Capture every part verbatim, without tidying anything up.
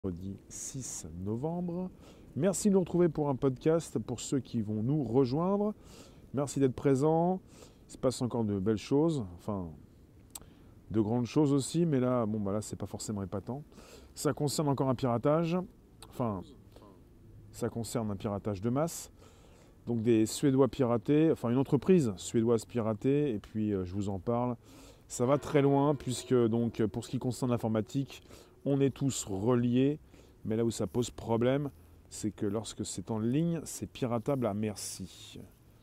Vendredi six novembre. Merci de nous retrouver pour un podcast pour ceux qui vont nous rejoindre. Merci d'être présents. Il se passe encore de belles choses, enfin de grandes choses aussi, mais là, bon, bah là, c'est pas forcément épatant. Ça concerne encore un piratage, enfin, ça concerne un piratage de masse. Donc des Suédois piratés, enfin une entreprise suédoise piratée, et puis euh, je vous en parle. Ça va très loin puisque donc pour ce qui concerne l'informatique, on est tous reliés, mais là où ça pose problème, c'est que lorsque c'est en ligne, c'est piratable à merci.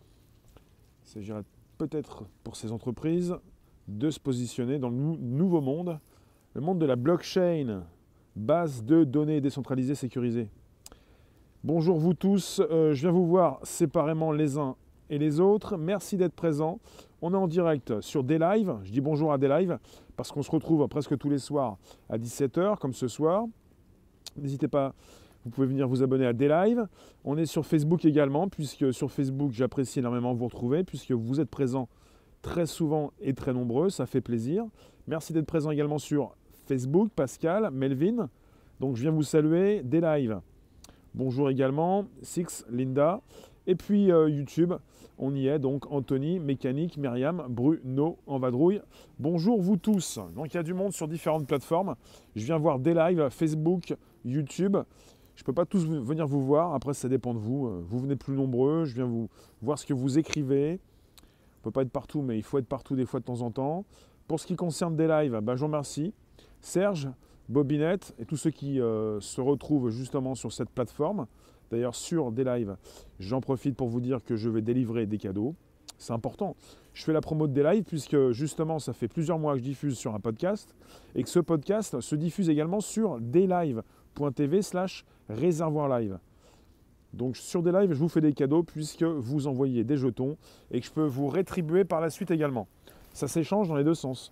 Il s'agirait peut-être pour ces entreprises de se positionner dans le nou- nouveau monde, le monde de la blockchain, base de données décentralisées sécurisées. Bonjour vous tous, euh, je viens vous voir séparément les uns et les autres. Merci d'être présents. On est en direct sur D-Live. Je dis bonjour à D-Live parce qu'on se retrouve presque tous les soirs à dix-sept heures comme ce soir. N'hésitez pas, vous pouvez venir vous abonner à D-Live. On est sur Facebook également puisque sur Facebook j'apprécie énormément vous retrouver puisque vous êtes présents très souvent et très nombreux. Ça fait plaisir. Merci d'être présent également sur Facebook, Pascal, Melvin. Donc je viens vous saluer, D-Live. Bonjour également, Six, Linda. Et puis euh, YouTube, on y est, donc Anthony, Mécanique, Myriam, Bruno, en vadrouille. Bonjour vous tous. Donc il y a du monde sur différentes plateformes. Je viens voir des lives, Facebook, YouTube. Je ne peux pas tous venir vous voir, après ça dépend de vous. Vous venez plus nombreux, je viens vous voir ce que vous écrivez. On ne peut pas être partout, mais il faut être partout des fois de temps en temps. Pour ce qui concerne des lives, ben, je vous remercie. Serge, Bobinette et tous ceux qui euh, se retrouvent justement sur cette plateforme. D'ailleurs, sur des lives, j'en profite pour vous dire que je vais délivrer des cadeaux. C'est important. Je fais la promo de des lives puisque justement, ça fait plusieurs mois que je diffuse sur un podcast et que ce podcast se diffuse également sur deslive point t v slash réservoir live. Donc sur des lives, je vous fais des cadeaux puisque vous envoyez des jetons et que je peux vous rétribuer par la suite également. Ça s'échange dans les deux sens.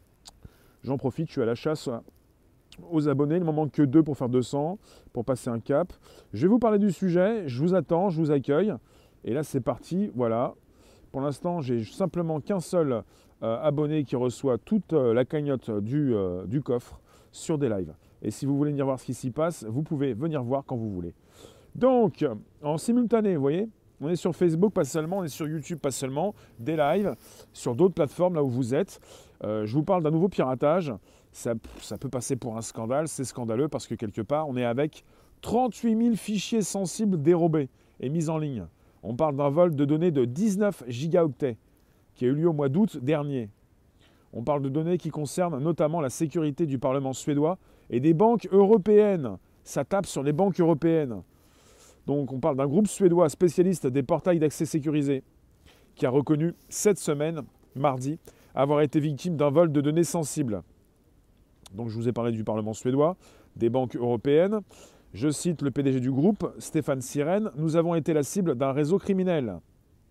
J'en profite, je suis à la chasse aux abonnés. Il ne m'en manque que deux pour faire deux cents, pour passer un cap. Je vais vous parler du sujet. Je vous attends, je vous accueille. Et là, c'est parti. Voilà. Pour l'instant, j'ai simplement qu'un seul euh, abonné qui reçoit toute euh, la cagnotte du, euh, du coffre sur des lives. Et si vous voulez venir voir ce qui s'y passe, vous pouvez venir voir quand vous voulez. Donc, en simultané, vous voyez, on est sur Facebook, pas seulement, on est sur YouTube, pas seulement, des lives, sur d'autres plateformes, là où vous êtes. Euh, je vous parle d'un nouveau piratage. Ça, ça peut passer pour un scandale, c'est scandaleux parce que quelque part, on est avec trente-huit mille fichiers sensibles dérobés et mis en ligne. On parle d'un vol de données de dix-neuf gigaoctets qui a eu lieu au mois d'août dernier. On parle de données qui concernent notamment la sécurité du Parlement suédois et des banques européennes. Ça tape sur les banques européennes. Donc on parle d'un groupe suédois spécialiste des portails d'accès sécurisés qui a reconnu cette semaine, mardi, avoir été victime d'un vol de données sensibles. Donc je vous ai parlé du Parlement suédois, des banques européennes. Je cite le P D G du groupe, Stéphane Sirène. Nous avons été la cible d'un réseau criminel.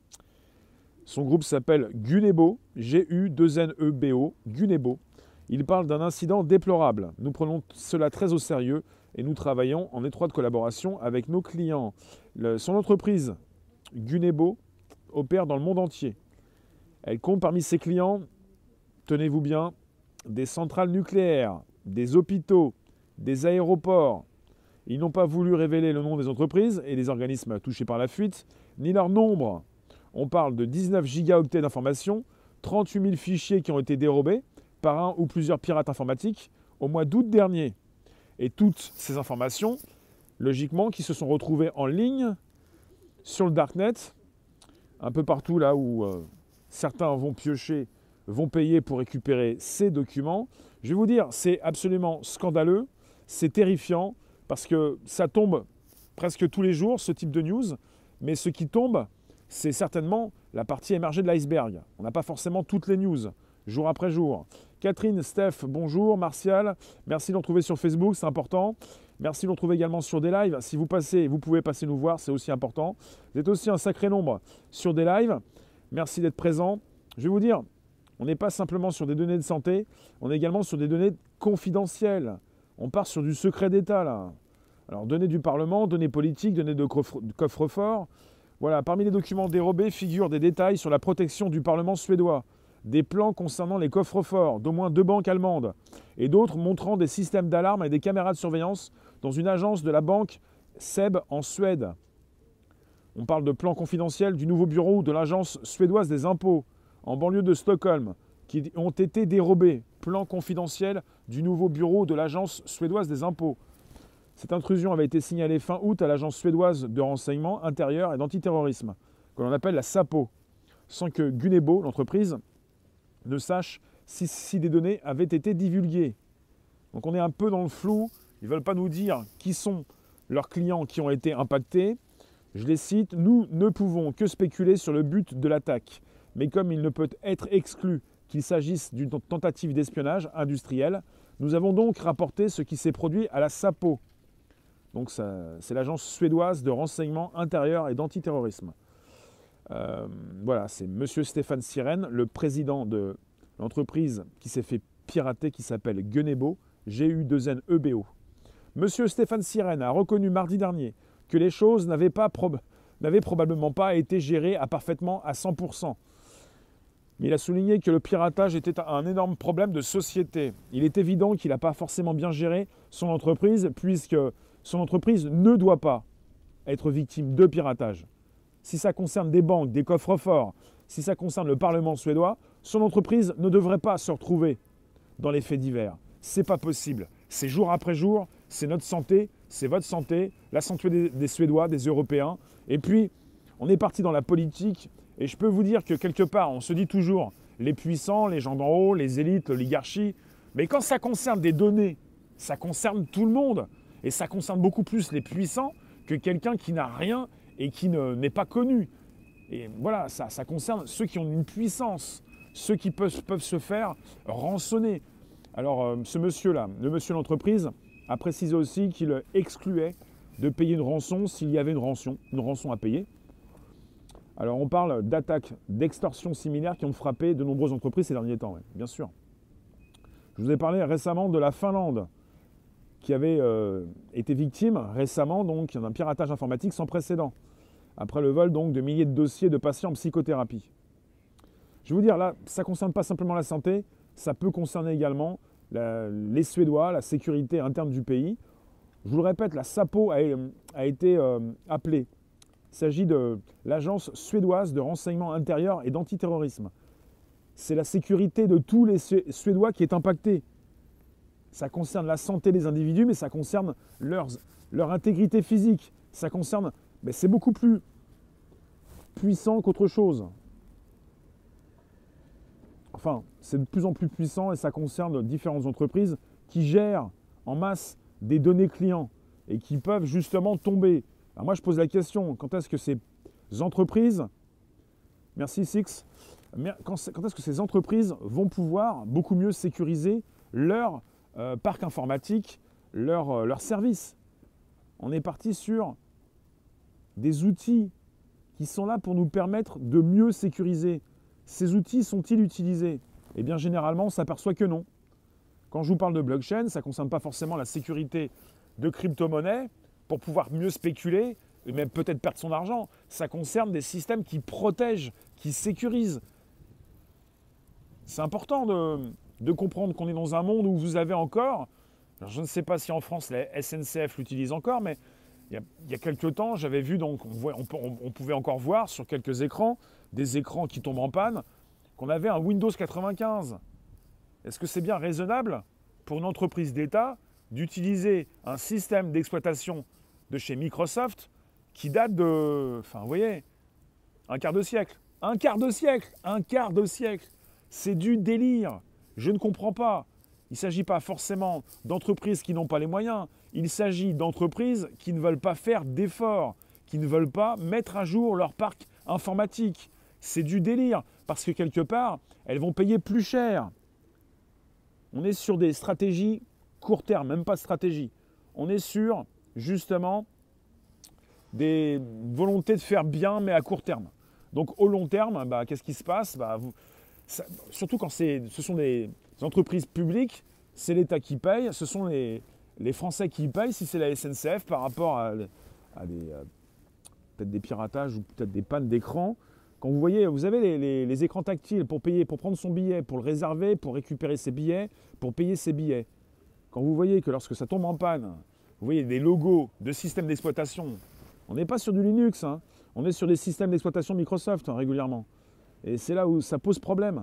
Son groupe s'appelle Gunebo, G U deux N E B O, Gunebo. Il parle d'un incident déplorable. Nous prenons cela très au sérieux et nous travaillons en étroite collaboration avec nos clients. Le, son entreprise, Gunebo, opère dans le monde entier. Elle compte parmi ses clients, tenez-vous bien, des centrales nucléaires, des hôpitaux, des aéroports. Ils n'ont pas voulu révéler le nom des entreprises et des organismes touchés par la fuite, ni leur nombre. On parle de dix-neuf gigaoctets d'informations, trente-huit mille fichiers qui ont été dérobés par un ou plusieurs pirates informatiques au mois d'août dernier. Et toutes ces informations, logiquement, qui se sont retrouvées en ligne sur le Darknet, un peu partout là où euh, certains vont piocher, vont payer pour récupérer ces documents. Je vais vous dire, c'est absolument scandaleux, c'est terrifiant, parce que ça tombe presque tous les jours, ce type de news, mais ce qui tombe, c'est certainement la partie émergée de l'iceberg. On n'a pas forcément toutes les news, jour après jour. Catherine, Steph, bonjour. Martial, merci de nous retrouver sur Facebook, c'est important. Merci de nous retrouver également sur des lives. Si vous passez, vous pouvez passer nous voir, c'est aussi important. Vous êtes aussi un sacré nombre sur des lives. Merci d'être présent. Je vais vous dire, on n'est pas simplement sur des données de santé, on est également sur des données confidentielles. On part sur du secret d'État, là. Alors, données du Parlement, données politiques, données de coffre-fort. Voilà, parmi les documents dérobés figurent des détails sur la protection du Parlement suédois, des plans concernant les coffres-forts d'au moins deux banques allemandes, et d'autres montrant des systèmes d'alarme et des caméras de surveillance dans une agence de la banque S E B en Suède. On parle de plans confidentiels du nouveau bureau de l'agence suédoise des impôts en banlieue de Stockholm qui ont été dérobés. Plan confidentiel du nouveau bureau de l'agence suédoise des impôts. Cette intrusion avait été signalée fin août à l'agence suédoise de renseignement intérieur et d'antiterrorisme, que l'on appelle la SAPO, sans que Gunebo, l'entreprise, ne sache si, si des données avaient été divulguées. Donc on est un peu dans le flou. Ils ne veulent pas nous dire qui sont leurs clients qui ont été impactés. Je les cite, « Nous ne pouvons que spéculer sur le but de l'attaque, mais comme il ne peut être exclu qu'il s'agisse d'une tentative d'espionnage industriel, nous avons donc rapporté ce qui s'est produit à la SAPO. » Donc c'est l'agence suédoise de renseignement intérieur et d'antiterrorisme. Euh, voilà, c'est M. Stéphane Sirène, le président de l'entreprise qui s'est fait pirater, qui s'appelle Gunebo, G U deux N E B O. M. Stéphane Sirène a reconnu mardi dernier que les choses n'avaient pas prob- n'avaient probablement pas été gérées à parfaitement à cent pour cent. Mais il a souligné que le piratage était un énorme problème de société. Il est évident qu'il n'a pas forcément bien géré son entreprise, puisque son entreprise ne doit pas être victime de piratage. Si ça concerne des banques, des coffres-forts, si ça concerne le Parlement suédois, son entreprise ne devrait pas se retrouver dans les faits divers. C'est pas possible. C'est jour après jour, c'est notre santé, c'est votre santé, la santé des, des Suédois, des Européens. Et puis, on est parti dans la politique. Et je peux vous dire que quelque part, on se dit toujours les puissants, les gens d'en haut, les élites, l'oligarchie. Mais quand ça concerne des données, ça concerne tout le monde. Et ça concerne beaucoup plus les puissants que quelqu'un qui n'a rien et qui n'est pas connu. Et voilà, ça, ça concerne ceux qui ont une puissance, ceux qui peuvent, peuvent se faire rançonner. Alors, euh, ce monsieur-là, le monsieur de l'entreprise, a précisé aussi qu'il excluait de payer une rançon s'il y avait une rançon, une rançon à payer. Alors, on parle d'attaques, d'extorsions similaires qui ont frappé de nombreuses entreprises ces derniers temps, ouais, bien sûr. Je vous ai parlé récemment de la Finlande, qui avait euh, été victime récemment donc d'un piratage informatique sans précédent, après le vol donc de milliers de dossiers de patients en psychothérapie. Je vais vous dire, là, ça ne concerne pas simplement la santé, ça peut concerner également la, les Suédois, la sécurité interne du pays. Je vous le répète, la SAPO a, a été euh, appelée. Il s'agit de l'agence suédoise de renseignement intérieur et d'antiterrorisme. C'est la sécurité de tous les Suédois qui est impactée. Ça concerne la santé des individus, mais ça concerne leurs, leur intégrité physique. Ça concerne, ben c'est beaucoup plus puissant qu'autre chose. Enfin, c'est de plus en plus puissant et ça concerne différentes entreprises qui gèrent en masse des données clients et qui peuvent justement tomber. Alors moi, je pose la question, quand est-ce que ces entreprises, merci Six, quand est-ce que ces entreprises vont pouvoir beaucoup mieux sécuriser leur euh, parc informatique, leur, euh, leur service? On est parti sur des outils qui sont là pour nous permettre de mieux sécuriser. Ces outils sont-ils utilisés? Eh bien, généralement, on s'aperçoit que non. Quand je vous parle de blockchain, ça ne concerne pas forcément la sécurité de crypto-monnaies pour pouvoir mieux spéculer et même peut-être perdre son argent. Ça concerne des systèmes qui protègent, qui sécurisent. C'est important de, de comprendre qu'on est dans un monde où vous avez encore, alors je ne sais pas si en France la S N C F l'utilise encore, mais il y a, il y a quelques temps, j'avais vu, donc on, voit, on, on, on pouvait encore voir sur quelques écrans, des écrans qui tombent en panne, qu'on avait un Windows quatre-vingt-quinze. Est-ce que c'est bien raisonnable pour une entreprise d'État d'utiliser un système d'exploitation de chez Microsoft qui date de, enfin vous voyez, un quart de siècle. Un quart de siècle, un quart de siècle. C'est du délire. Je ne comprends pas. Il ne s'agit pas forcément d'entreprises qui n'ont pas les moyens. Il s'agit d'entreprises qui ne veulent pas faire d'efforts, qui ne veulent pas mettre à jour leur parc informatique. C'est du délire, parce que quelque part, elles vont payer plus cher. On est sur des stratégies court terme, même pas de stratégie. On est sur, justement, des volontés de faire bien, mais à court terme. Donc, au long terme, bah, qu'est-ce qui se passe? bah, vous, ça, surtout quand ce sont des entreprises publiques, c'est l'État qui paye, ce sont les, les Français qui payent, si c'est la S N C F, par rapport à, à des, peut-être des piratages ou peut-être des pannes d'écran. Quand vous voyez, vous avez les, les, les écrans tactiles pour payer, pour prendre son billet, pour le réserver, pour récupérer ses billets, pour payer ses billets. Quand vous voyez que lorsque ça tombe en panne, vous voyez des logos de systèmes d'exploitation. On n'est pas sur du Linux, hein. On est sur des systèmes d'exploitation Microsoft hein, régulièrement. Et c'est là où ça pose problème.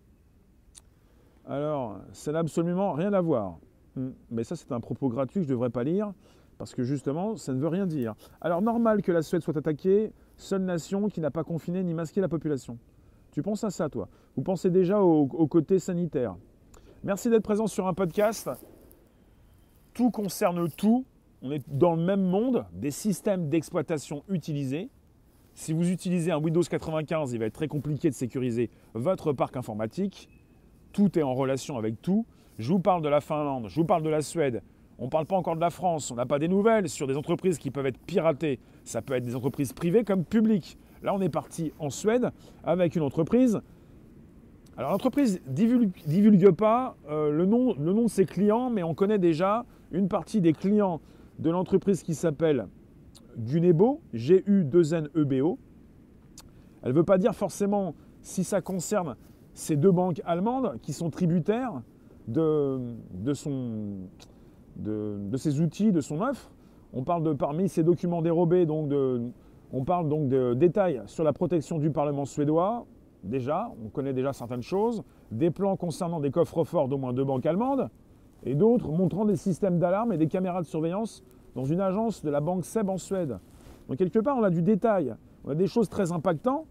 Alors, ça n'a absolument rien à voir. Mais ça, c'est un propos gratuit que je ne devrais pas lire, parce que justement, ça ne veut rien dire. Alors, normal que la Suède soit attaquée, seule nation qui n'a pas confiné ni masqué la population. Tu penses à ça, toi? Vous pensez déjà au, au côté sanitaire. Merci d'être présent sur un podcast. Tout concerne tout. On est dans le même monde, des systèmes d'exploitation utilisés. Si vous utilisez un Windows quatre-vingt-quinze, il va être très compliqué de sécuriser votre parc informatique. Tout est en relation avec tout. Je vous parle de la Finlande, je vous parle de la Suède. On ne parle pas encore de la France. On n'a pas des nouvelles sur des entreprises qui peuvent être piratées. Ça peut être des entreprises privées comme publiques. Là, on est parti en Suède avec une entreprise. Alors, l'entreprise ne divulgue, divulgue pas euh, le, nom, le nom de ses clients, mais on connaît déjà une partie des clients de l'entreprise qui s'appelle Gunebo, G U deux N E B O. Elle ne veut pas dire forcément si ça concerne ces deux banques allemandes qui sont tributaires de, de, son, de, de ses outils, de son offre. On parle de parmi ces documents dérobés, donc de, on parle donc de détails sur la protection du Parlement suédois. Déjà, on connaît déjà certaines choses. Des plans concernant des coffres-forts d'au moins deux banques allemandes et d'autres montrant des systèmes d'alarme et des caméras de surveillance dans une agence de la banque S E B en Suède. Donc quelque part, on a du détail. On a des choses très impactantes.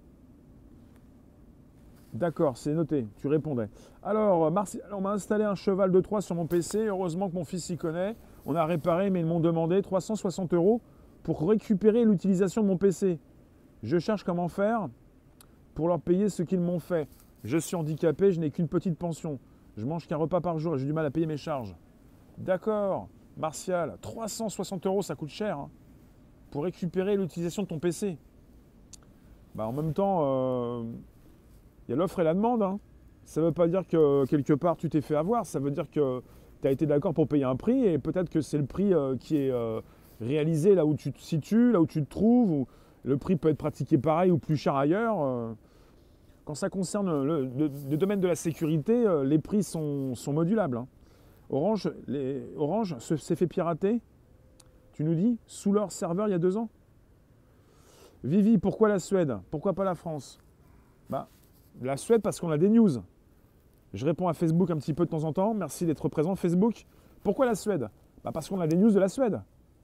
D'accord, c'est noté, tu répondais. Alors, Martial, on m'a installé un cheval de Troie sur mon P C. Heureusement que mon fils s'y connaît. On a réparé, mais ils m'ont demandé trois cent soixante euros pour récupérer l'utilisation de mon P C. Je cherche comment faire pour leur payer ce qu'ils m'ont fait. Je suis handicapé, je n'ai qu'une petite pension. Je mange qu'un repas par jour et j'ai du mal à payer mes charges. D'accord, Martial, trois cent soixante euros, ça coûte cher hein, pour récupérer l'utilisation de ton P C. Bah, en même temps, il euh, y a l'offre et la demande. Hein. Ça ne veut pas dire que quelque part tu t'es fait avoir, ça veut dire que tu as été d'accord pour payer un prix et peut-être que c'est le prix euh, qui est euh, réalisé là où tu te situes, là où tu te trouves, ou le prix peut être pratiqué pareil ou plus cher ailleurs. Euh. Quand ça concerne le, le, le domaine de la sécurité, euh, les prix sont, sont modulables. Hein. Orange, les, Orange s'est fait pirater, tu nous dis, sous leur serveur il y a deux ans. Vivi, pourquoi la Suède? Pourquoi pas la France? Bah, la Suède parce qu'on a des news. Je réponds à Facebook un petit peu de temps en temps. Merci d'être présent, Facebook. Pourquoi la Suède? Bah parce qu'on a des news de la Suède.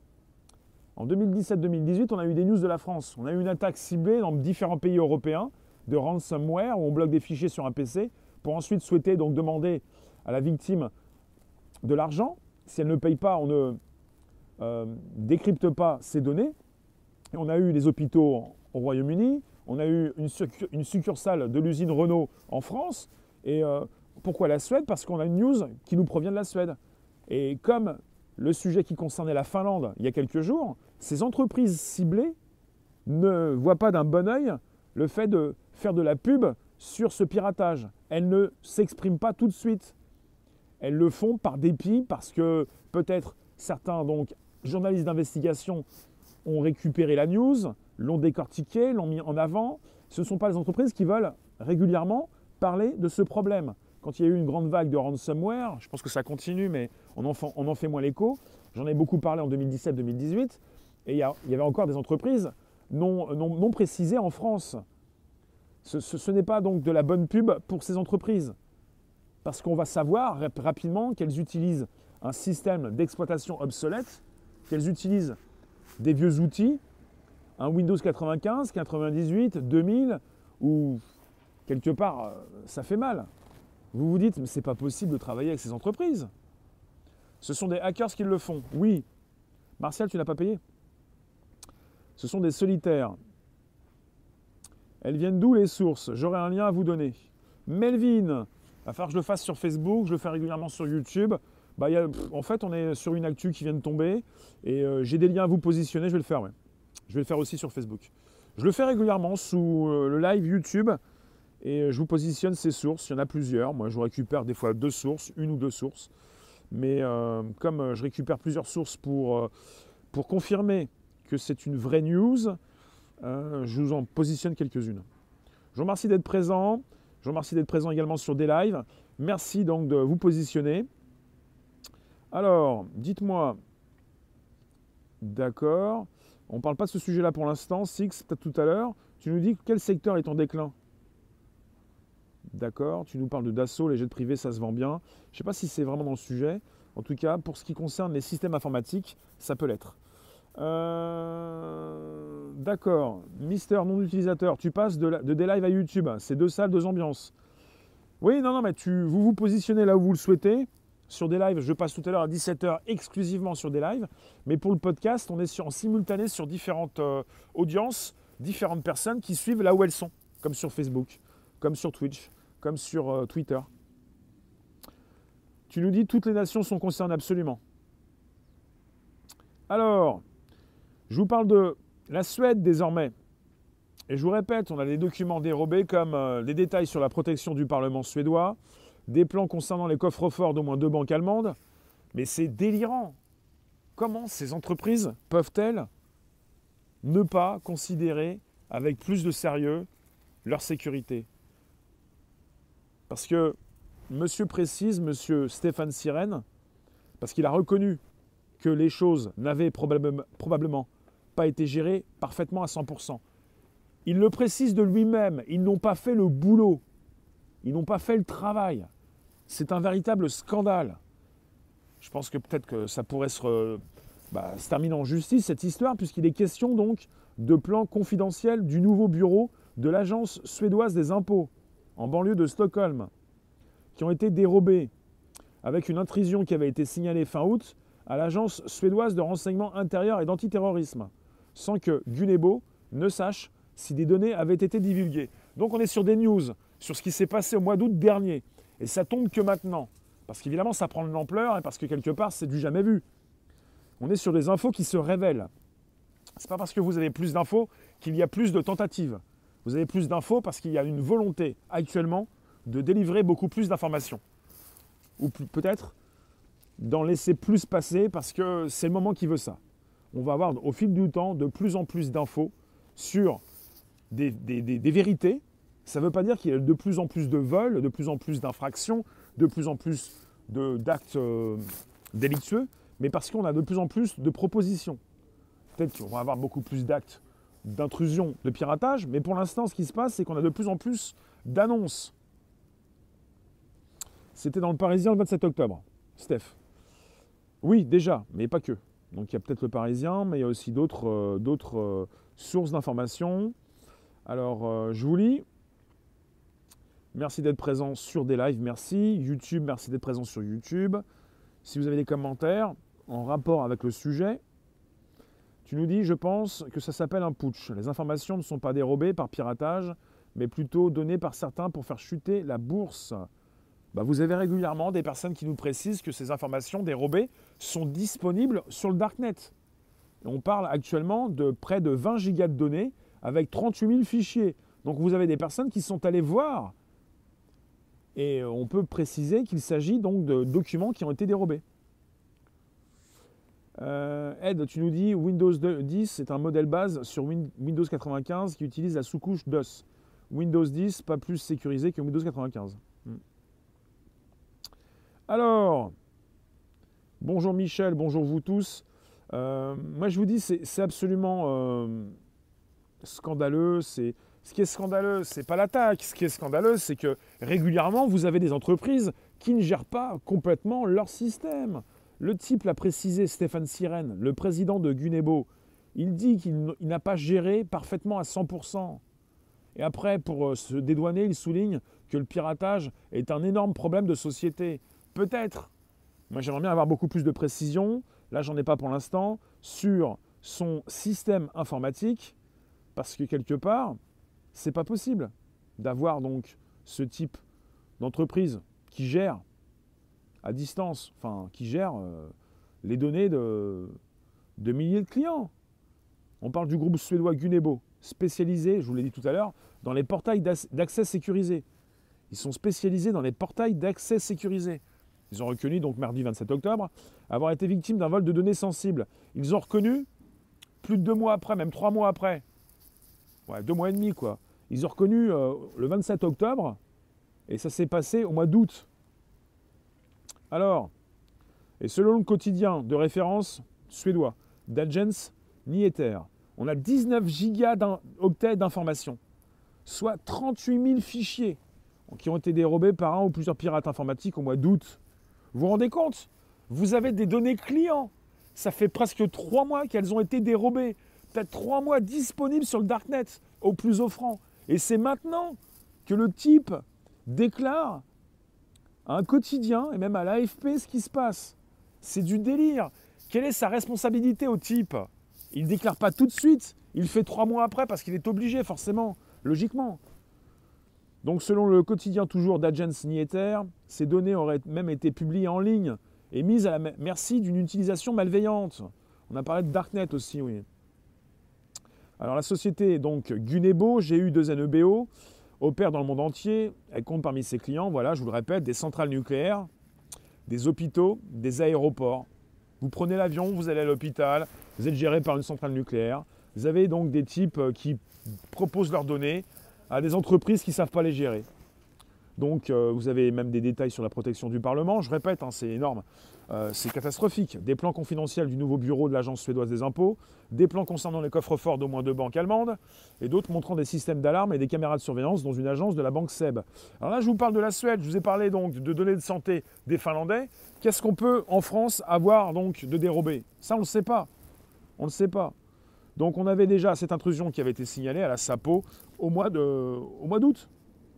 En deux mille dix-sept deux mille dix-huit, on a eu des news de la France. On a eu une attaque ciblée dans différents pays européens de ransomware où on bloque des fichiers sur un P C pour ensuite souhaiter donc demander à la victime de l'argent. Si elle ne paye pas, on ne euh, décrypte pas ses données. Et on a eu les hôpitaux au Royaume-Uni. On a eu une, une succursale de l'usine Renault en France. Et euh, pourquoi la Suède? Parce qu'on a une news qui nous provient de la Suède. Et comme le sujet qui concernait la Finlande il y a quelques jours, ces entreprises ciblées ne voient pas d'un bon œil le fait de faire de la pub sur ce piratage. Elles ne s'expriment pas tout de suite. Elles le font par dépit parce que peut-être certains donc, journalistes d'investigation ont récupéré la news, l'ont décortiquée, l'ont mis en avant. Ce ne sont pas les entreprises qui veulent régulièrement parler de ce problème. Quand il y a eu une grande vague de ransomware, je pense que ça continue, mais on en fait, on en fait moins l'écho. J'en ai beaucoup parlé en deux mille dix-sept deux mille dix-huit. Et il y, a, il y avait encore des entreprises non, non, non précisées en France. Ce, ce, ce n'est pas donc de la bonne pub pour ces entreprises. Parce qu'on va savoir rapidement qu'elles utilisent un système d'exploitation obsolète, qu'elles utilisent des vieux outils, un Windows quatre-vingt-quinze, quatre-vingt-dix-huit, deux mille, où quelque part, ça fait mal. Vous vous dites, mais c'est pas possible de travailler avec ces entreprises. Ce sont des hackers qui le font. Oui. Martial, tu n'as pas payé. Ce sont des solitaires. Elles viennent d'où les sources? J'aurai un lien à vous donner. Melvin, il va falloir que je le fasse sur Facebook, je le fais régulièrement sur YouTube. Bah, y a, pff, en fait, on est sur une actu qui vient de tomber et euh, j'ai des liens à vous positionner, je vais le faire. Ouais. Je vais le faire aussi sur Facebook. Je le fais régulièrement sous euh, le live YouTube et euh, je vous positionne ces sources. Il y en a plusieurs. Moi, je récupère des fois deux sources, une ou deux sources. Mais euh, comme euh, je récupère plusieurs sources pour, euh, pour confirmer que c'est une vraie news, euh, je vous en positionne quelques-unes. Je vous remercie d'être présent. Je vous remercie d'être présent également sur des lives. Merci donc de vous positionner. Alors, dites-moi, D'accord. On ne parle pas de ce sujet-là pour l'instant. Six, peut-être tout à l'heure. Tu nous dis quel secteur est en déclin? D'accord. Tu nous parles de Dassault, les jets privés, ça se vend bien. Je ne sais pas si c'est vraiment dans le sujet. En tout cas, pour ce qui concerne les systèmes informatiques, ça peut l'être. Euh, D'accord. Mister non utilisateur, tu passes de, la, de des lives à YouTube. C'est deux salles, deux ambiances. Oui, non, non, mais tu, vous vous positionnez là où vous le souhaitez. Sur des lives, je passe tout à l'heure à dix-sept heures exclusivement sur des lives. Mais pour le podcast, on est sur, en simultané sur différentes euh, audiences, différentes personnes qui suivent là où elles sont. Comme sur Facebook, comme sur Twitch, comme sur euh, Twitter. Tu nous dis toutes les nations sont concernées absolument. Alors, je vous parle de la Suède désormais. Et je vous répète, on a des documents dérobés comme euh, les détails sur la protection du Parlement suédois, des plans concernant les coffres-forts d'au moins deux banques allemandes. Mais c'est délirant. Comment ces entreprises peuvent-elles ne pas considérer avec plus de sérieux leur sécurité? Parce que monsieur précise, monsieur Stéphane Sirène, parce qu'il a reconnu que les choses n'avaient probablement, probablement pas été gérées parfaitement à cent pour cent. Il le précise de lui-même, ils n'ont pas fait le boulot, ils n'ont pas fait le travail. C'est un véritable scandale. Je pense que peut-être que ça pourrait se, bah, se terminer en justice, cette histoire, puisqu'il est question donc de plans confidentiels du nouveau bureau de l'agence suédoise des impôts, en banlieue de Stockholm, qui ont été dérobés, avec une intrusion qui avait été signalée fin août à l'agence suédoise de renseignement intérieur et d'antiterrorisme, sans que Gunebo ne sache si des données avaient été divulguées. Donc on est sur des news, sur ce qui s'est passé au mois d'août dernier. Et ça tombe que maintenant. Parce qu'évidemment, ça prend de l'ampleur et parce que quelque part, c'est du jamais vu. On est sur des infos qui se révèlent. Ce n'est pas parce que vous avez plus d'infos qu'il y a plus de tentatives. Vous avez plus d'infos parce qu'il y a une volonté actuellement de délivrer beaucoup plus d'informations. Ou peut-être d'en laisser plus passer parce que c'est le moment qui veut ça. On va avoir au fil du temps de plus en plus d'infos sur des, des, des, des vérités. Ça ne veut pas dire qu'il y a de plus en plus de vols, de plus en plus d'infractions, de plus en plus d'actes euh, délictueux, mais parce qu'on a de plus en plus de propositions. Peut-être qu'on va avoir beaucoup plus d'actes d'intrusion, de piratage, mais pour l'instant, ce qui se passe, c'est qu'on a de plus en plus d'annonces. C'était dans le Parisien le vingt-sept octobre, Steph. Oui, déjà, mais pas que. Donc il y a peut-être le Parisien, mais il y a aussi d'autres euh, d'autres euh, sources d'informations. Alors, euh, je vous lis. Merci d'être présent sur des lives, merci. YouTube, merci d'être présent sur YouTube. Si vous avez des commentaires en rapport avec le sujet, tu nous dis, je pense que ça s'appelle un putsch. Les informations ne sont pas dérobées par piratage, mais plutôt données par certains pour faire chuter la bourse. Bah, vous avez régulièrement des personnes qui nous précisent que ces informations dérobées sont disponibles sur le Darknet. Et on parle actuellement de près de vingt gigas de données avec trente-huit mille fichiers. Donc vous avez des personnes qui sont allées voir. Et on peut préciser qu'il s'agit donc de documents qui ont été dérobés. Euh, Ed, tu nous dis Windows dix est un modèle base sur Win Windows quatre-vingt-quinze qui utilise la sous-couche DOS. Windows dix, pas plus sécurisé que Windows quatre-vingt-quinze. Hmm. Alors, bonjour Michel, bonjour vous tous. Euh, moi je vous dis, c'est absolument euh, scandaleux. C'est Ce qui est scandaleux, ce n'est pas l'attaque. Ce qui est scandaleux, c'est que régulièrement, vous avez des entreprises qui ne gèrent pas complètement leur système. Le type l'a précisé, Stéphane Sirène, le président de Gunebo, il dit qu'il n'a pas géré parfaitement à cent pour cent. Et après, pour se dédouaner, il souligne que le piratage est un énorme problème de société. Peut-être. Moi, j'aimerais bien avoir beaucoup plus de précision. Là, j'en ai pas pour l'instant. Sur son système informatique. Parce que quelque part, c'est pas possible d'avoir donc ce type d'entreprise qui gère à distance, enfin qui gère euh, les données de, de milliers de clients. On parle du groupe suédois Gunebo, spécialisé, je vous l'ai dit tout à l'heure, dans les portails d'accès sécurisés. Ils sont spécialisés dans les portails d'accès sécurisés. Ils ont reconnu, donc mardi vingt-sept octobre, avoir été victimes d'un vol de données sensibles. Ils ont reconnu, plus de deux mois après, même trois mois après, ouais, deux mois et demi quoi, ils ont reconnu euh, le vingt-sept octobre, et ça s'est passé au mois d'août. Alors, et selon le quotidien de référence suédois, d'Agence ni Ether. On a dix-neuf gigaoctets d'informations, soit trente-huit mille fichiers qui ont été dérobés par un ou plusieurs pirates informatiques au mois d'août. Vous vous rendez compte? Vous avez des données clients. Ça fait presque trois mois qu'elles ont été dérobées. Peut-être trois mois disponibles sur le Darknet, au plus offrant. Et c'est maintenant que le type déclare à un quotidien et même à l'A F P ce qui se passe. C'est du délire. Quelle est sa responsabilité au type? Il ne déclare pas tout de suite. Il le fait trois mois après parce qu'il est obligé, forcément, logiquement. Donc, selon le quotidien toujours d'Agence ni Ether, ces données auraient même été publiées en ligne et mises à la merci d'une utilisation malveillante. On a parlé de Darknet aussi, oui. Alors, la société, donc, Gunebo, G U deux N E B O, opère dans le monde entier. Elle compte parmi ses clients, voilà, je vous le répète, des centrales nucléaires, des hôpitaux, des aéroports. Vous prenez l'avion, vous allez à l'hôpital, vous êtes géré par une centrale nucléaire. Vous avez donc des types qui proposent leurs données à des entreprises qui ne savent pas les gérer. Donc, euh, vous avez même des détails sur la protection du Parlement. Je répète, hein, c'est énorme. Euh, c'est catastrophique. Des plans confidentiels du nouveau bureau de l'Agence suédoise des impôts, des plans concernant les coffres-forts d'au moins deux banques allemandes, et d'autres montrant des systèmes d'alarme et des caméras de surveillance dans une agence de la banque S E B. Alors là, je vous parle de la Suède. Je vous ai parlé donc de données de santé des Finlandais. Qu'est-ce qu'on peut, en France, avoir donc de dérobé? Ça, on ne le sait pas. On ne le sait pas. Donc, on avait déjà cette intrusion qui avait été signalée à la SAPO au mois de, au mois d'août.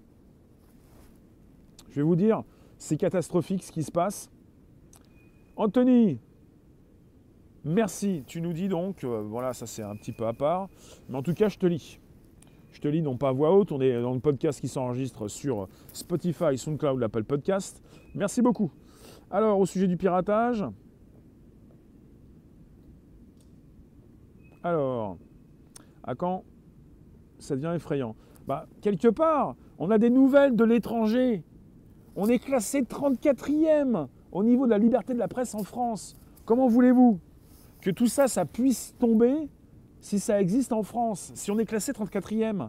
Je vais vous dire, c'est catastrophique ce qui se passe. Anthony, merci. Tu nous dis donc, euh, voilà, ça c'est un petit peu à part. Mais en tout cas, je te lis. Je te lis non pas à voix haute. On est dans le podcast qui s'enregistre sur Spotify, SoundCloud, l'Apple Podcast. Merci beaucoup. Alors, au sujet du piratage. Alors, à quand ça devient effrayant? Bah, quelque part, on a des nouvelles de l'étranger. On est classé trente-quatrième au niveau de la liberté de la presse en France. Comment voulez-vous que tout ça, ça puisse tomber si ça existe en France? Si on est classé trente-quatrième,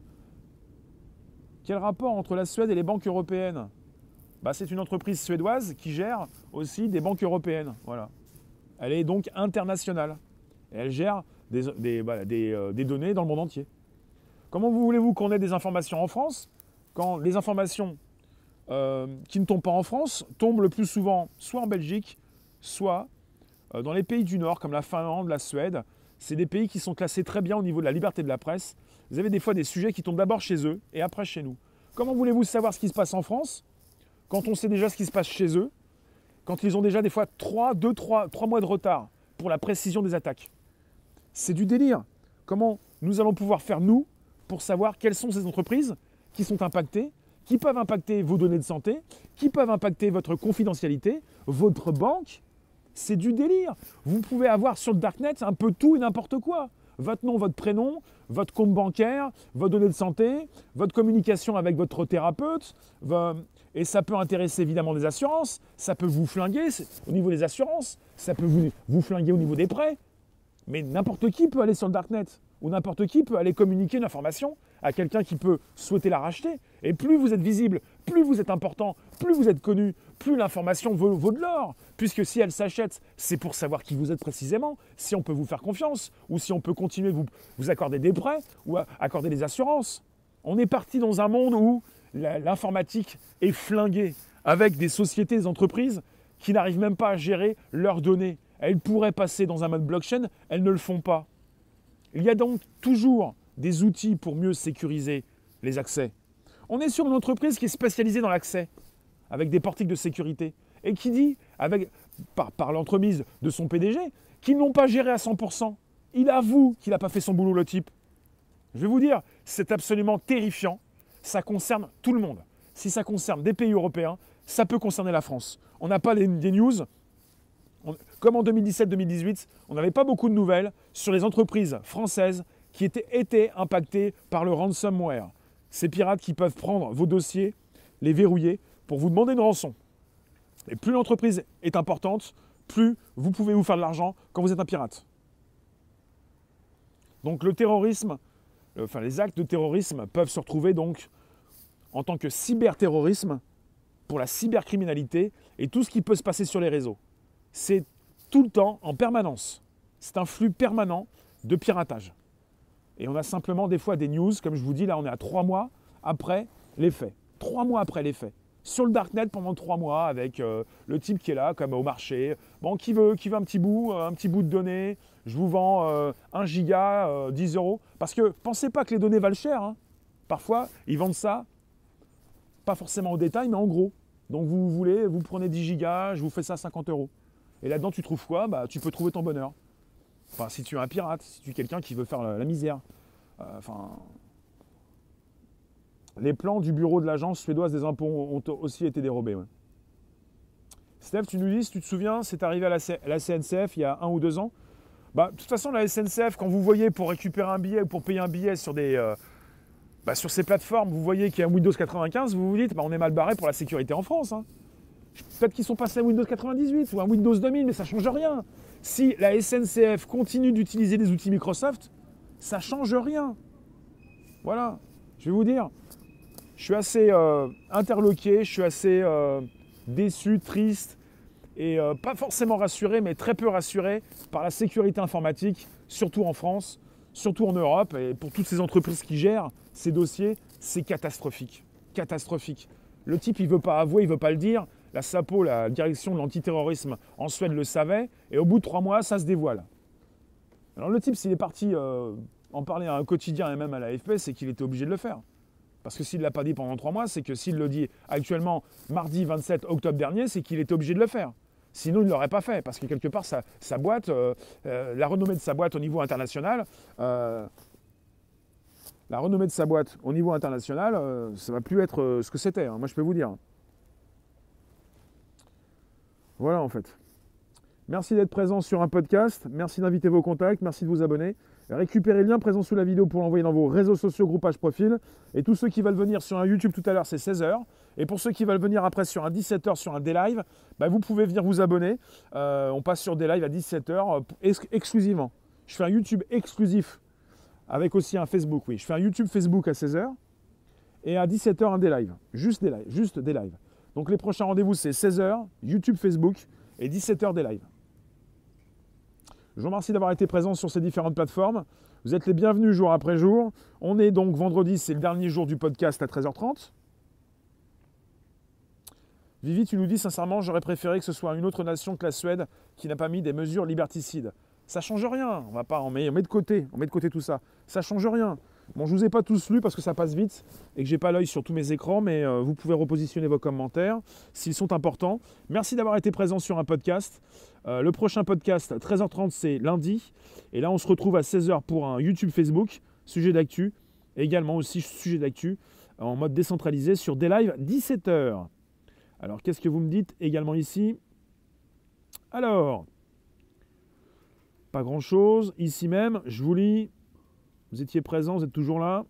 quel rapport entre la Suède et les banques européennes? Bah, c'est une entreprise suédoise qui gère aussi des banques européennes. Voilà. Elle est donc internationale. Et elle gère des, des, voilà, des, euh, des données dans le monde entier. Comment voulez-vous qu'on ait des informations en France quand les informations euh, qui ne tombent pas en France tombent le plus souvent soit en Belgique, soit euh, dans les pays du Nord comme la Finlande, la Suède? C'est des pays qui sont classés très bien au niveau de la liberté de la presse. Vous avez des fois des sujets qui tombent d'abord chez eux et après chez nous. Comment voulez-vous savoir ce qui se passe en France quand on sait déjà ce qui se passe chez eux, quand ils ont déjà des fois trois, deux, trois, trois mois de retard pour la précision des attaques? C'est du délire. Comment nous allons pouvoir faire, nous, pour savoir quelles sont ces entreprises qui sont impactées, qui peuvent impacter vos données de santé, qui peuvent impacter votre confidentialité, votre banque? C'est du délire. Vous pouvez avoir sur le Darknet un peu tout et n'importe quoi. Votre nom, votre prénom, votre compte bancaire, vos données de santé, votre communication avec votre thérapeute. Et ça peut intéresser évidemment des assurances. Ça peut vous flinguer au niveau des assurances. Ça peut vous, vous flinguer au niveau des prêts. Mais n'importe qui peut aller sur le Darknet. Ou n'importe qui peut aller communiquer une information à quelqu'un qui peut souhaiter la racheter. Et plus vous êtes visible, plus vous êtes important, plus vous êtes connu, plus l'information vaut, vaut de l'or. Puisque si elle s'achète, c'est pour savoir qui vous êtes précisément, si on peut vous faire confiance, ou si on peut continuer vous, vous accorder des prêts, ou accorder des assurances. On est parti dans un monde où l'informatique est flinguée, avec des sociétés, des entreprises qui n'arrivent même pas à gérer leurs données. Elles pourraient passer dans un mode blockchain, elles ne le font pas. Il y a donc toujours des outils pour mieux sécuriser les accès. On est sur une entreprise qui est spécialisée dans l'accès, avec des portiques de sécurité, et qui dit, avec, par, par l'entremise de son P D G, qu'ils n'ont pas géré à cent pour cent. Il avoue qu'il n'a pas fait son boulot, le type. Je vais vous dire, c'est absolument terrifiant. Ça concerne tout le monde. Si ça concerne des pays européens, ça peut concerner la France. On n'a pas les, des news. On, comme en deux mille dix-sept deux mille dix-huit, on n'avait pas beaucoup de nouvelles sur les entreprises françaises qui étaient, étaient impactées par le ransomware. Ces pirates qui peuvent prendre vos dossiers, les verrouiller pour vous demander une rançon. Et plus l'entreprise est importante, plus vous pouvez vous faire de l'argent quand vous êtes un pirate. Donc le terrorisme, enfin les actes de terrorisme peuvent se retrouver donc en tant que cyberterrorisme pour la cybercriminalité et tout ce qui peut se passer sur les réseaux. C'est tout le temps, en permanence. C'est un flux permanent de piratage. Et on a simplement des fois des news, comme je vous dis, là on est à trois mois après les faits. Trois mois après les faits. Sur le Darknet pendant trois mois avec euh, le type qui est là, comme au marché. Bon, qui veut, qui veut un petit bout, euh, un petit bout de données. Je vous vends euh, un giga, euh, dix euros. Parce que pensez pas que les données valent cher. Hein. Parfois, ils vendent ça, pas forcément au détail, mais en gros. Donc vous voulez, vous prenez dix gigas, je vous fais ça à cinquante euros. Et là-dedans, tu trouves quoi? Bah, tu peux trouver ton bonheur. Enfin, si tu es un pirate, si tu es quelqu'un qui veut faire la, la misère. Euh, enfin... Les plans du bureau de l'agence suédoise des impôts ont aussi été dérobés. Ouais. Steph, tu nous dis, si tu te souviens, c'est arrivé à la, C- à la C N C F il y a un ou deux ans. Bah, de toute façon, la S N C F, quand vous voyez pour récupérer un billet ou pour payer un billet sur, des, euh, bah, sur ces plateformes, vous voyez qu'il y a un Windows quatre-vingt-quinze, vous vous dites, bah, on est mal barré pour la sécurité en France. Hein. Peut-être qu'ils sont passés à Windows quatre-vingt-dix-huit ou à Windows deux mille, mais ça ne change rien. Si la S N C F continue d'utiliser des outils Microsoft, ça ne change rien. Voilà, je vais vous dire. Je suis assez euh, interloqué, je suis assez euh, déçu, triste et euh, pas forcément rassuré, mais très peu rassuré par la sécurité informatique, surtout en France, surtout en Europe. Et pour toutes ces entreprises qui gèrent ces dossiers, c'est catastrophique. Catastrophique. Le type, il ne veut pas avouer, il ne veut pas le dire. La SAPO, la direction de l'antiterrorisme en Suède, le savait. Et au bout de trois mois, ça se dévoile. Alors le type, s'il est parti euh, en parler à un quotidien et même à l'A F P, c'est qu'il était obligé de le faire. Parce que s'il ne l'a pas dit pendant trois mois, c'est que s'il le dit actuellement, mardi vingt-sept octobre dernier, c'est qu'il était obligé de le faire. Sinon, il ne l'aurait pas fait. Parce que quelque part, sa, sa boîte, euh, euh, la renommée de sa boîte au niveau international, euh, la renommée de sa boîte au niveau international, euh, ça ne va plus être euh, ce que c'était. Hein, moi, je peux vous dire. Voilà, en fait. Merci d'être présent sur un podcast. Merci d'inviter vos contacts. Merci de vous abonner. Récupérez le lien présent sous la vidéo pour l'envoyer dans vos réseaux sociaux, groupages, profils. Et tous ceux qui veulent venir sur un YouTube tout à l'heure, c'est seize heures. Et pour ceux qui veulent venir après sur un dix-sept heures, sur un D-Live, bah vous pouvez venir vous abonner. Euh, on passe sur des lives à dix-sept heures euh, ex- exclusivement. Je fais un YouTube exclusif avec aussi un Facebook, oui. Je fais un YouTube Facebook à seize heures et à dix-sept heures un D-Live. Juste des lives, juste des lives. Donc les prochains rendez-vous, c'est seize heures, YouTube, Facebook et dix-sept heures des lives. Je vous remercie d'avoir été présent sur ces différentes plateformes. Vous êtes les bienvenus jour après jour. On est donc vendredi, c'est le dernier jour du podcast à treize heures trente. Vivi, tu nous dis sincèrement, j'aurais préféré que ce soit une autre nation que la Suède qui n'a pas mis des mesures liberticides. Ça ne change rien. On va pas, on met, on met de côté, on met de côté tout ça. Ça ne change rien. Bon, je ne vous ai pas tous lus parce que ça passe vite et que je n'ai pas l'œil sur tous mes écrans, mais euh, vous pouvez repositionner vos commentaires s'ils sont importants. Merci d'avoir été présent sur un podcast. Euh, le prochain podcast, treize heures trente, c'est lundi. Et là, on se retrouve à seize heures pour un YouTube Facebook, sujet d'actu. Et également aussi sujet d'actu en mode décentralisé sur des lives dix-sept heures. Alors, qu'est-ce que vous me dites également ici? Alors, pas grand-chose. Ici même, je vous lis. Vous étiez présents, vous êtes toujours là.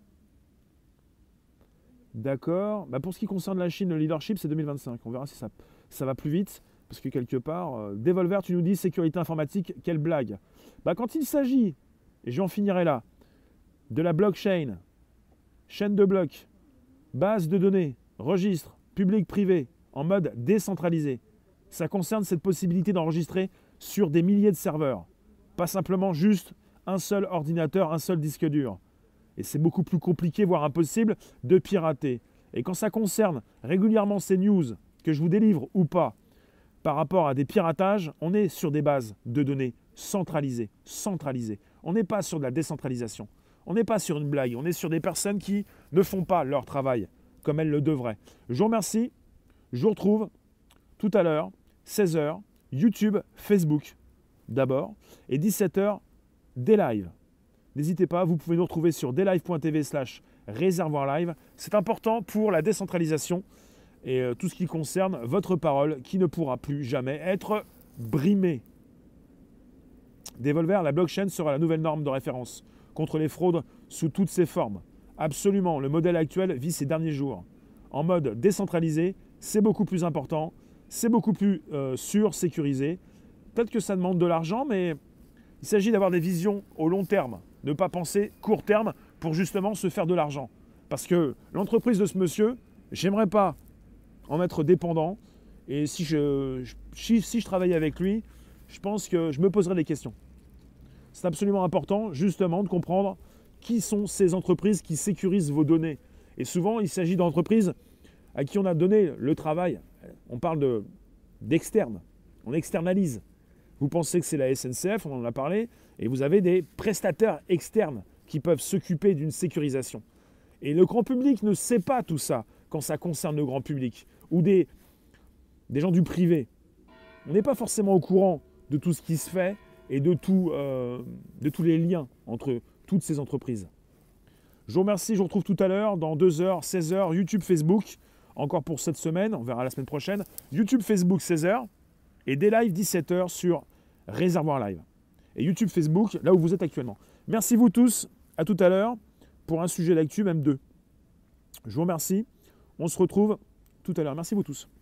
D'accord. Bah pour ce qui concerne la Chine, le leadership, c'est deux mille vingt-cinq. On verra si ça, ça va plus vite. Parce que quelque part, euh, Devolver, tu nous dis sécurité informatique, quelle blague. Bah quand il s'agit, et j'en finirai là, de la blockchain, chaîne de blocs, base de données, registre, public-privé, en mode décentralisé, ça concerne cette possibilité d'enregistrer sur des milliers de serveurs. Pas simplement juste un seul ordinateur, un seul disque dur. Et c'est beaucoup plus compliqué, voire impossible, de pirater. Et quand ça concerne régulièrement ces news que je vous délivre ou pas, par rapport à des piratages, on est sur des bases de données centralisées. centralisées. On n'est pas sur de la décentralisation. On n'est pas sur une blague. On est sur des personnes qui ne font pas leur travail comme elles le devraient. Je vous remercie. Je vous retrouve tout à l'heure, seize heures, YouTube, Facebook d'abord, et dix-sept heures, des lives. N'hésitez pas, vous pouvez nous retrouver sur deslive.tv slash réservoir live. C'est important pour la décentralisation et euh, tout ce qui concerne votre parole qui ne pourra plus jamais être brimée. Devolver, la blockchain sera la nouvelle norme de référence contre les fraudes sous toutes ses formes. Absolument, le modèle actuel vit ses derniers jours. En mode décentralisé, c'est beaucoup plus important, c'est beaucoup plus euh, sûr, sécurisé. Peut-être que ça demande de l'argent, mais il s'agit d'avoir des visions au long terme, ne pas penser court terme pour justement se faire de l'argent. Parce que l'entreprise de ce monsieur, j'aimerais pas en être dépendant. Et si je, si, si je travaillais avec lui, je pense que je me poserais des questions. c'est absolument important justement de comprendre qui sont ces entreprises qui sécurisent vos données. Et souvent, il s'agit d'entreprises à qui on a donné le travail. On parle de, d'externe, on externalise. Vous pensez que c'est la S N C F, on en a parlé, et vous avez des prestataires externes qui peuvent s'occuper d'une sécurisation. Et le grand public ne sait pas tout ça quand ça concerne le grand public ou des, des gens du privé. On n'est pas forcément au courant de tout ce qui se fait et de, tout, euh, de tous les liens entre toutes ces entreprises. Je vous remercie, je vous retrouve tout à l'heure dans deux heures, seize heures, YouTube, Facebook. Encore pour cette semaine, on verra la semaine prochaine. YouTube, Facebook, seize heures et des lives dix-sept heures sur Réservoir Live. Et YouTube, Facebook, là où vous êtes actuellement. Merci vous tous, à tout à l'heure pour un sujet d'actu, même deux. Je vous remercie, on se retrouve tout à l'heure. Merci vous tous.